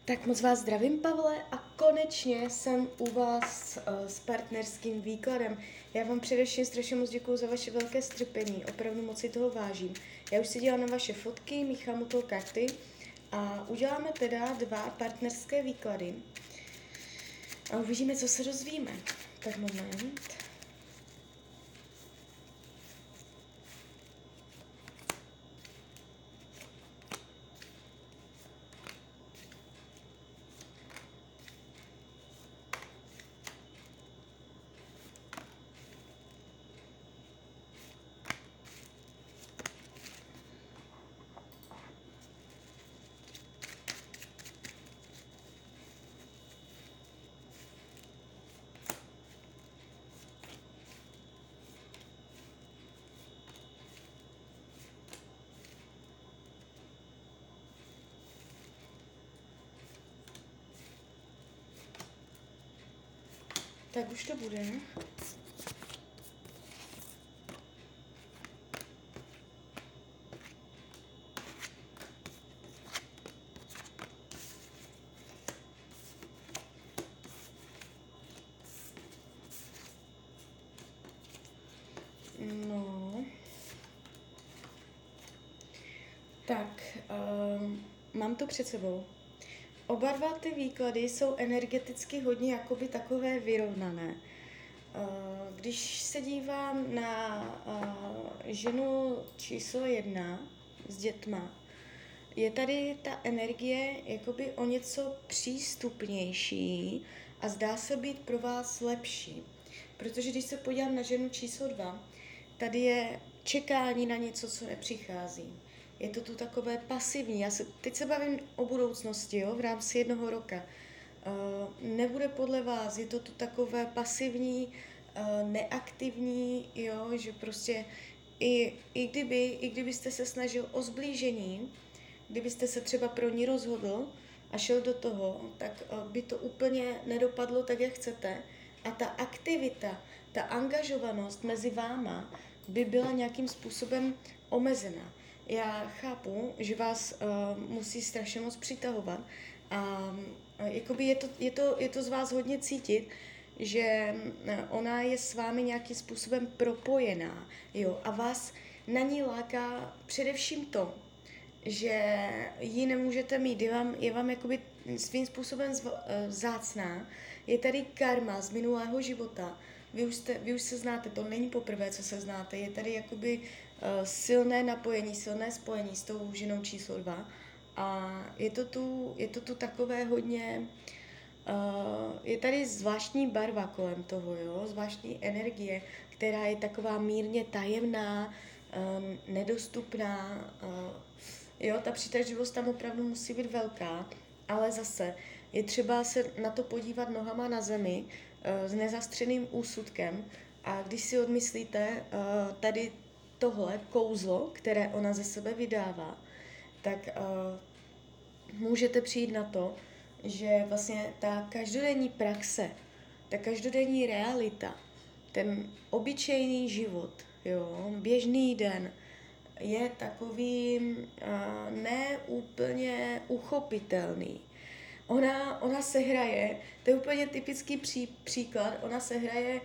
Tak moc vás zdravím, Pavle, a konečně jsem u vás s partnerským výkladem. Já vám především strašně moc děkuju za vaše velké strpení, opravdu moc si toho vážím. Já už si dělám na vaše fotky, míchám u toho karty a uděláme teda 2 partnerské výklady. A uvidíme, co se dozvíme. Tak moment. Tak už to bude. No. Tak, mám to před sebou. Oba 2 ty výklady jsou energeticky hodně jakoby takové vyrovnané. Když se dívám na ženu číslo 1 s dětma, je tady ta energie jakoby o něco přístupnější a zdá se být pro vás lepší. Protože když se podívám na ženu číslo 2, tady je čekání na něco, co nepřichází. Je to tu takové pasivní. Teď se bavím o budoucnosti, jo, v rámci 1 roka. Nebude podle vás, je to tu takové pasivní, neaktivní, jo, že prostě i kdybyste se snažil o zblížení, kdybyste se třeba pro ní rozhodl a šel do toho, tak by to úplně nedopadlo tak, jak chcete. A ta aktivita, ta angažovanost mezi váma by byla nějakým způsobem omezená. Já chápu, že vás musí strašně moc přitahovat a jakoby je to z vás hodně cítit, že ona je s vámi nějakým způsobem propojená, jo, a vás na ní láká především to, že ji nemůžete mít, je vám jakoby svým způsobem vzácná. Je tady karma z minulého života. Vy už se znáte, to není poprvé, co se znáte. Je tady jakoby silné napojení, silné spojení s tou ženou číslo 2. A je to tu takové hodně, je tady zvláštní barva kolem toho, jo? Zvláštní energie, která je taková mírně tajemná, nedostupná, jo, ta přitažlivost tam opravdu musí být velká, ale zase je třeba se na to podívat nohama na zemi s nezastřeným úsudkem a když si odmyslíte tady tohle kouzlo, které ona ze sebe vydává, tak můžete přijít na to, že vlastně ta každodenní praxe, ta každodenní realita, ten obyčejný život, jo, běžný den, je takový neúplně uchopitelný. Ona se hraje, to je úplně typický příklad, ona se hraje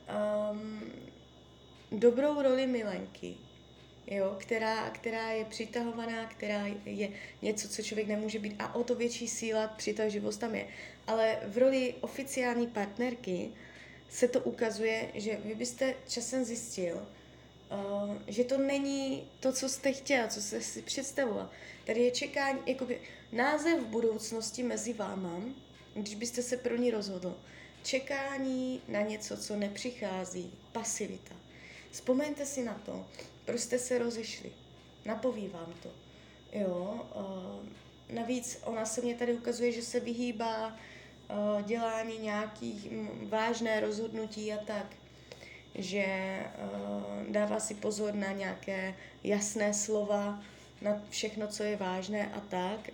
dobrou roli milenky, jo, která je přitahovaná, která je něco, co člověk nemůže být a o to větší síla přitažlivost tam je. Ale v roli oficiální partnerky se to ukazuje, že vy byste časem zjistil, že to není to, co jste chtěl, co jste si představoval. Tady je čekání, jakoby název budoucnosti mezi váma, když byste se pro ní rozhodl. Čekání na něco, co nepřichází, pasivita. Vzpomeňte si na to, proč jste se rozešli. Napoví vám to. Jo, navíc ona se mě tady ukazuje, že se vyhýbá dělání nějakých vážné rozhodnutí a tak, že dává si pozor na nějaké jasné slova, na všechno, co je vážné a tak.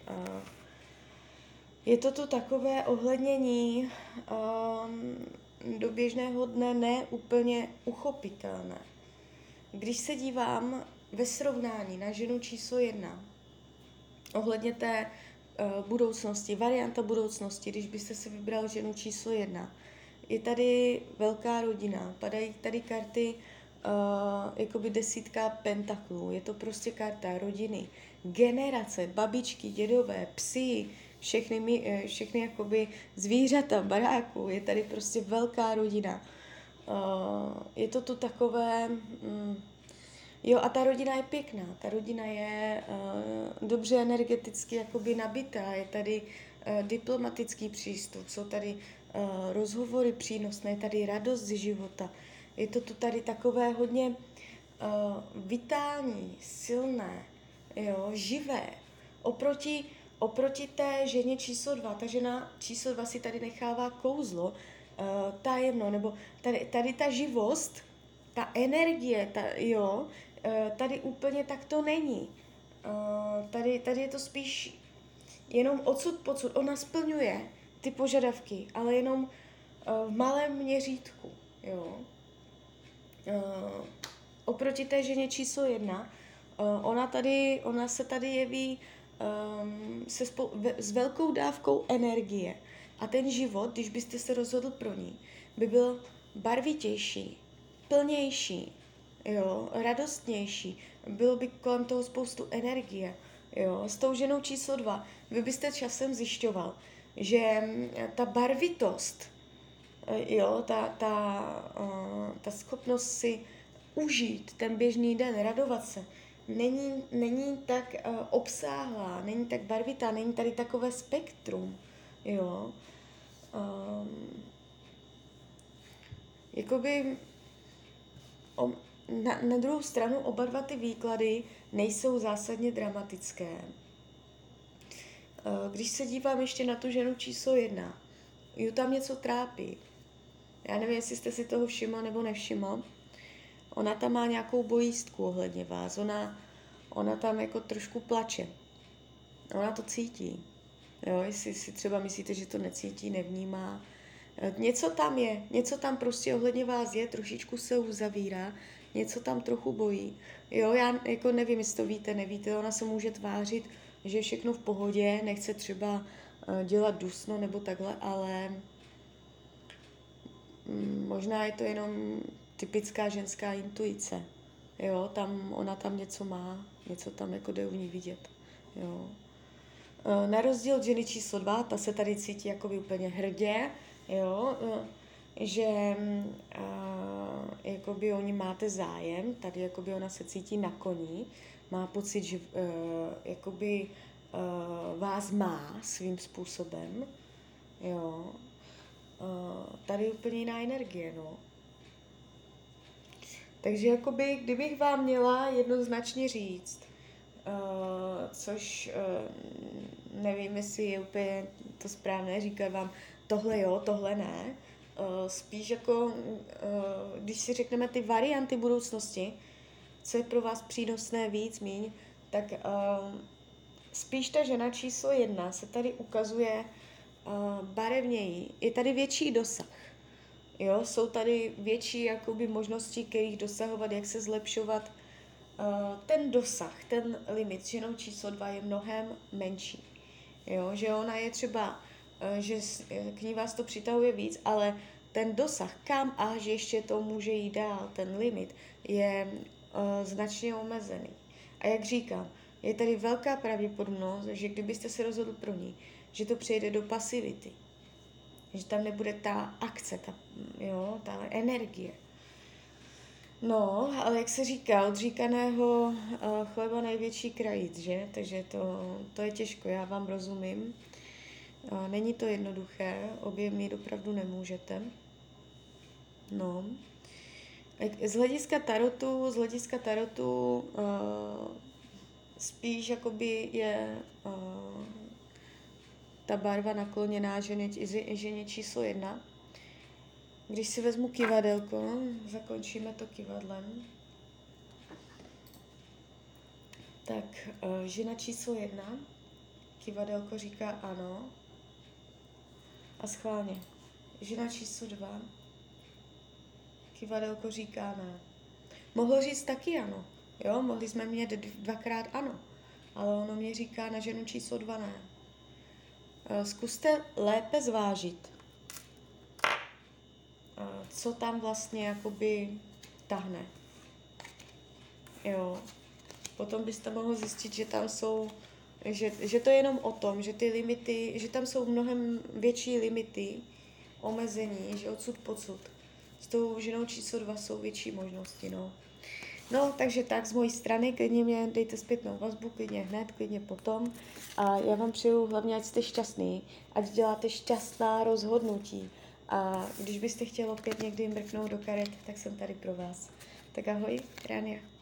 Je to tu takové ohlednění do běžného dne ne úplně uchopitelné. Když se dívám ve srovnání na ženu číslo 1, ohledně té budoucnosti, varianta budoucnosti, když byste si vybral ženu číslo 1. Je tady velká rodina, padají tady karty jakoby 10 pentaklů, je to prostě karta rodiny, generace, babičky, dědové, psy, všechny jakoby zvířata, baráku, je tady prostě velká rodina. Je to tu takové... Jo, a ta rodina je pěkná, ta rodina je dobře energeticky jakoby nabitá, je tady diplomatický přístup, jsou tady rozhovory přínosné, je tady radost z života. Je to tu tady takové hodně vitální, silné, jo, živé. Oproti té ženě číslo 2, ta žena číslo 2 si tady nechává kouzlo tajemno, nebo tady ta živost, ta energie, tady úplně tak to není. Tady je to spíš jenom odsud pocud. Ona splňuje ty požadavky, ale jenom v malém měřítku. Jo. Oproti té ženě číslo 1, ona se tady jeví s velkou dávkou energie. A ten život, když byste se rozhodl pro ní, by byl barvitější, plnější, jo, radostnější, bylo by kolem toho spoustu energie. Jo. S tou ženou číslo 2 vy byste časem zjišťoval, že ta barvitost, jo, ta schopnost si užít ten běžný den, radovat se, není tak obsáhlá, není tak barvitá, není tady takové spektrum, jo. Jakoby na druhou stranu oba dva ty výklady nejsou zásadně dramatické. Když se dívám ještě na tu ženu číslo 1, ju tam něco trápí. Já nevím, jestli jste si toho všiml nebo nevšiml. Ona tam má nějakou bojistku ohledně vás. Ona tam jako trošku plače. Ona to cítí. Jo, jestli si třeba myslíte, že to necítí, nevnímá. Něco tam je, něco tam prostě ohledně vás je, trošičku se uzavírá, něco tam trochu bojí. Jo, já jako nevím, jestli to víte, nevíte, ona se může tvářit, že je všechno v pohodě, nechce třeba dělat dusno nebo takhle, ale možná je to jenom typická ženská intuice. Jo, ona tam něco má, něco tam jako jde u ní vidět. Jo. Na rozdíl od ženy číslo 2, ta se tady cítí jakoby úplně hrdě, jo, že jakoby o ní máte zájem, tady jakoby ona se cítí na koni, má pocit, že jakoby vás má svým způsobem, jo. Tady je úplně jiná energie, no. Takže jakoby, kdybych vám měla jednoznačně říct, což nevím, jestli je úplně to správné říkat vám tohle jo, tohle ne, spíš jako, když si řekneme ty varianty budoucnosti, co je pro vás přínosné víc, míň, tak spíš ta žena číslo 1 se tady ukazuje barevněji. Je tady větší dosah. Jo? Jsou tady větší jakoby, možnosti, kterých dosahovat, jak se zlepšovat. Ten dosah, ten limit s ženou číslo 2 je mnohem menší. Jo? Že ona je třeba, že k ní vás to přitahuje víc, ale ten dosah, kam až ještě to může jít dál, ten limit, je značně omezený. A jak říkám, je tady velká pravděpodobnost, že kdybyste se rozhodl pro ní, že to přejde do pasivity. Že tam nebude ta akce, ta energie. No, ale jak se říká, od říkaného chleba největší krajíc, že? Takže to je těžko, já vám rozumím. Není to jednoduché, obě mít opravdu nemůžete. No. Z hlediska tarotu spíš jakoby je ta barva nakloněná ženě číslo 1. Když si vezmu kivadelko, zakončíme to kivadlem. Tak žena číslo 1, kivadelko říká ano. A schválně. Žena číslo 2, kivadelko říká ne. Mohlo říct taky ano. Jo, mohli jsme mít 2krát ano. Ale ono mě říká na ženu číslo 2 ne. zkuste lépe zvážit, co tam vlastně jakoby tahne. Jo. Potom byste mohl zjistit, že tam jsou, že to je jenom o tom, že ty limity, že tam jsou mnohem větší limity, omezení, že odsud pocud. S tou ženou číslo 2 jsou větší možnosti, no. No, takže tak z mojí strany, klidně mě dejte zpětnou vazbu, klidně hned, klidně potom. A já vám přeju hlavně, ať jste šťastný, ať děláte šťastná rozhodnutí. A když byste chtěli opět někdy mrknout do karet, tak jsem tady pro vás. Tak ahoj, Rania.